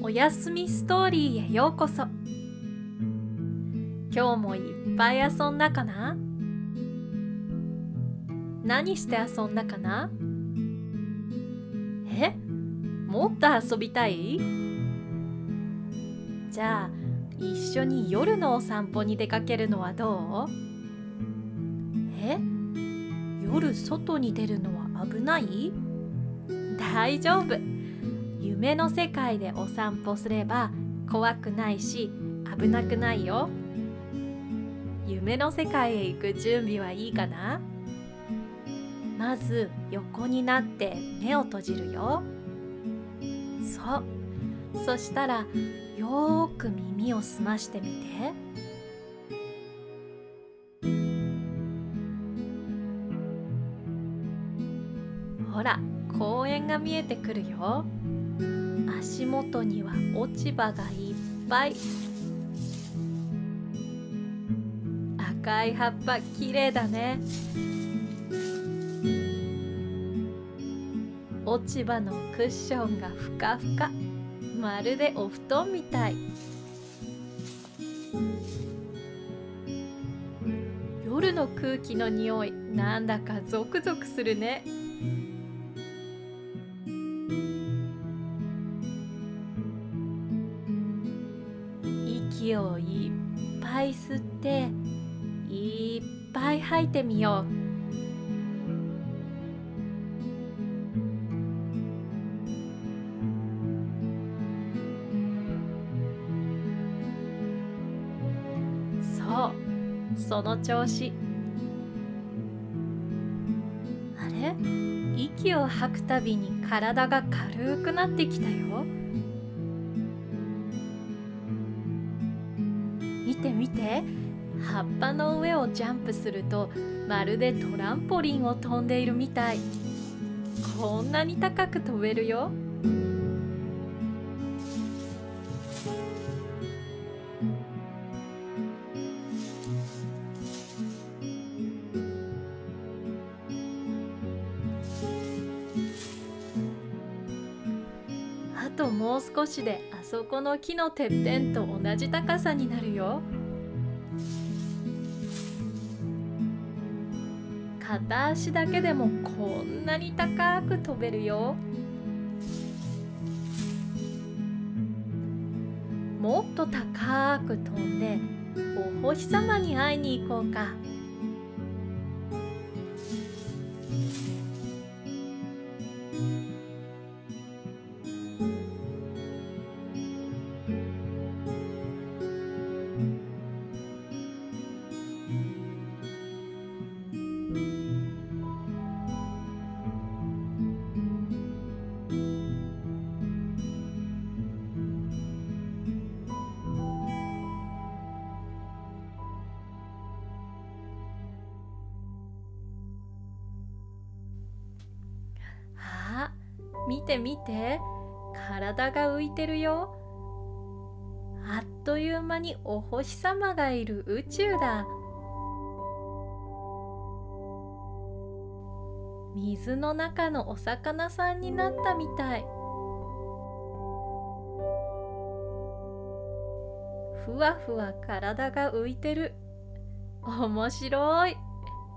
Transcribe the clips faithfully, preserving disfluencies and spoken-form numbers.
おやすみストーリーへようこそ。今日もいっぱい遊んだかな？何して遊んだかな？え？もっと遊びたい？じゃあ一緒に夜のお散歩に出かけるのはどう？え？夜外に出るのは危ない？大丈夫。夢の世界でお散歩すれば怖くないし危なくないよ。夢の世界へ行く準備はいいかな？まず横になって目を閉じるよ。そう。そしたらよーく耳を澄ましてみて。ほら、公園が見えてくるよ。足元には落ち葉がいっぱい。赤い葉っぱきれいだね。落ち葉のクッションがふかふか、まるでお布団みたい。夜の空気の匂い、なんだかゾクゾクするね。息をいっぱい吸っていっぱい吐いてみよう。そう、その調子。あれ？息を吐くたびに体が軽くなってきたよ。見て見て、葉っぱの上をジャンプするとまるでトランポリンを飛んでいるみたい。こんなに高く飛べるよ。あともう少しであそこの木のてっぺんと同じ高さになるよ。片足だけでもこんなに高く飛べるよ。もっと高く飛んでお星様に会いに行こうか。あ、見て見て、体が浮いてるよ。あっという間にお星様がいる宇宙だ。水の中のお魚さんになったみたい。ふわふわ体が浮いてる。面白い。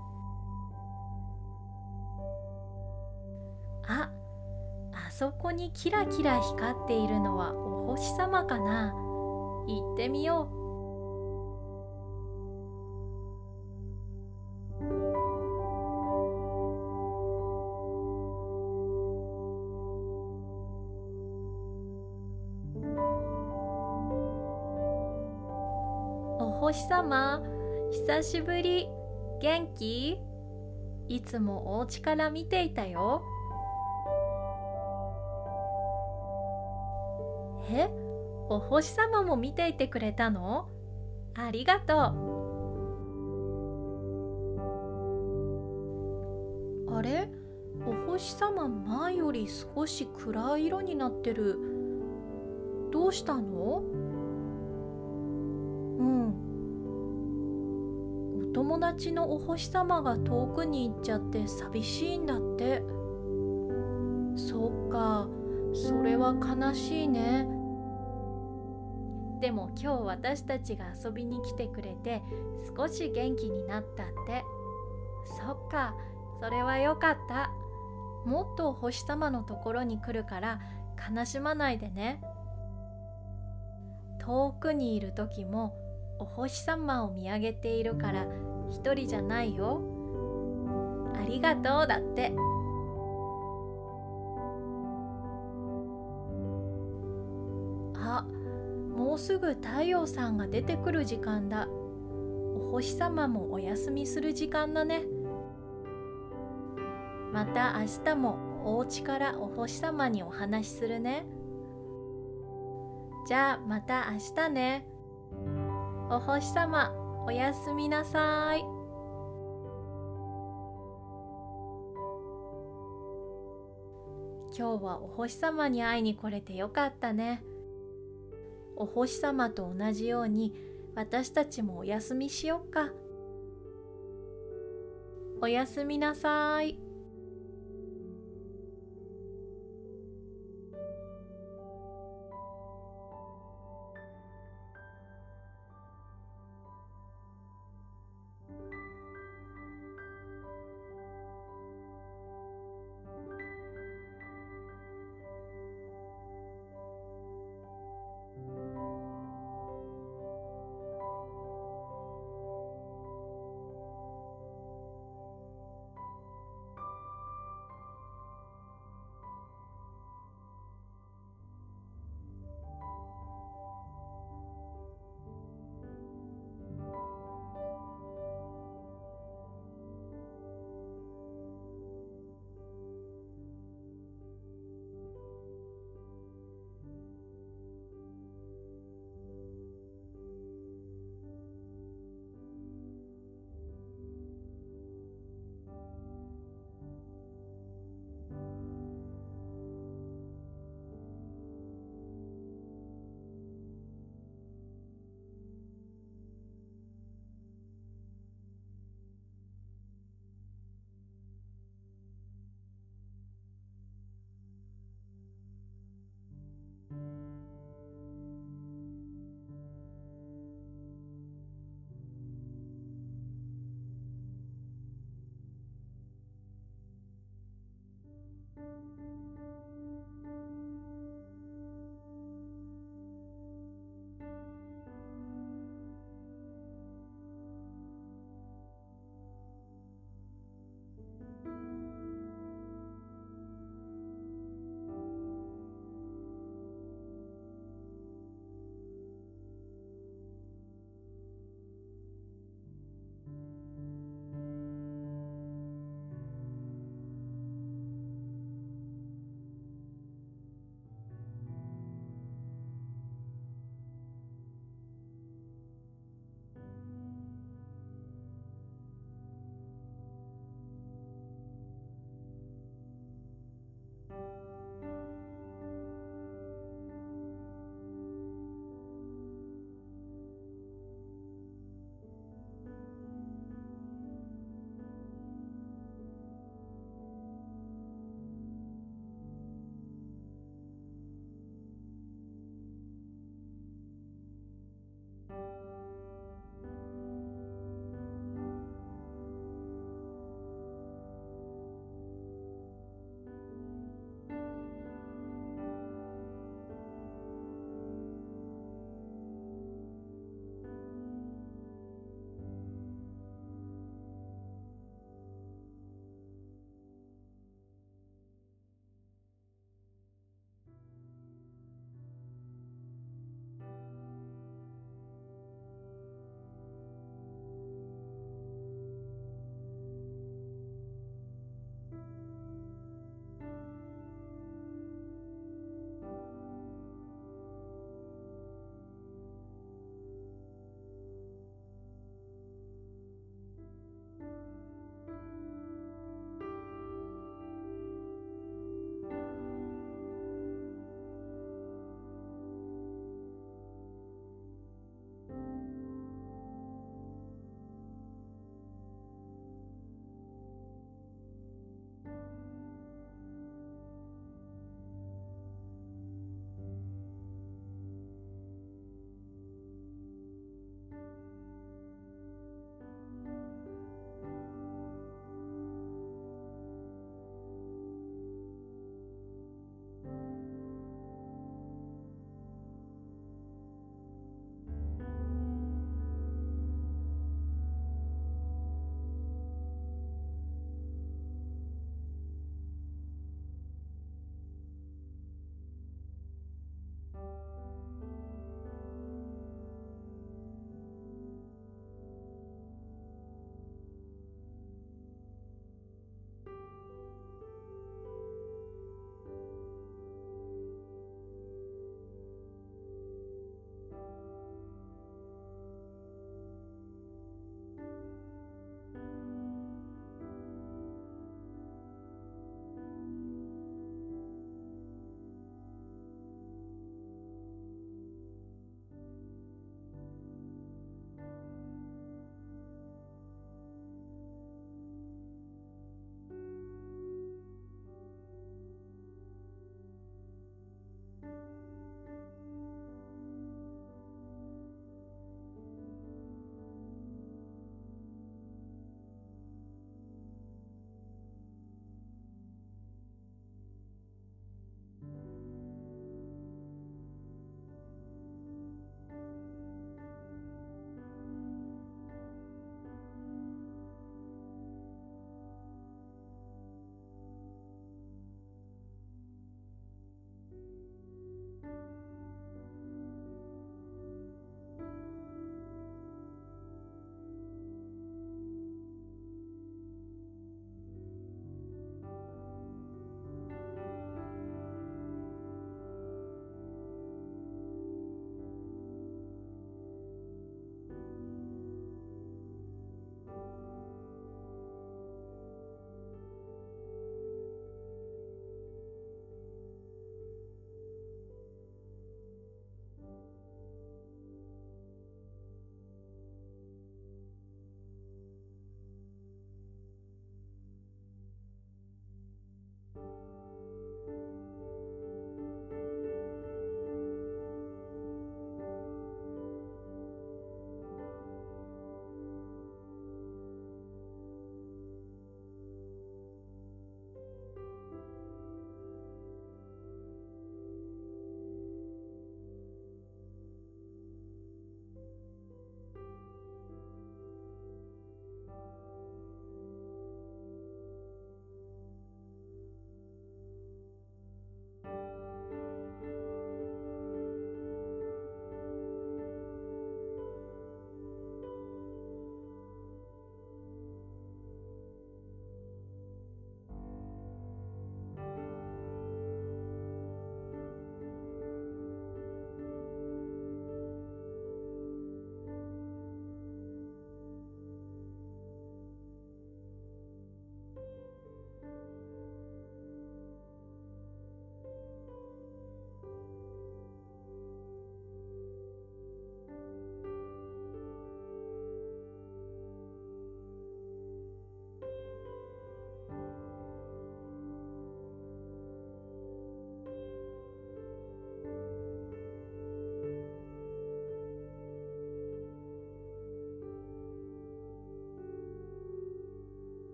あ、あそこにキラキラ光っているのはお星様かな。行ってみよう。お星様、久しぶり。元気？いつもお家から見ていたよ。え？お星様も見ていてくれたの？ありがとう。あれ？お星様前より少し暗い色になってる。どうしたの？うん。お友達のお星様が遠くに行っちゃって寂しいんだって。そっか、それは悲しいね。 でも今日私たちが遊びに来てくれて少し元気になったって。そっか、それはよかった。もっとお星様のところに来るから悲しまないでね。遠くにいる時もお星様を見上げているから一人じゃないよ。ありがとうだって。あ、もうすぐ太陽さんが出てくる時間だ。お星様もお休みする時間だね。また明日もお家からお星様にお話しするね。じゃあまた明日ね。お星様、おやすみなさい。今日はお星様に会いに来れてよかったね。お星様と同じように私たちもお休みしよっか。おやすみなさい。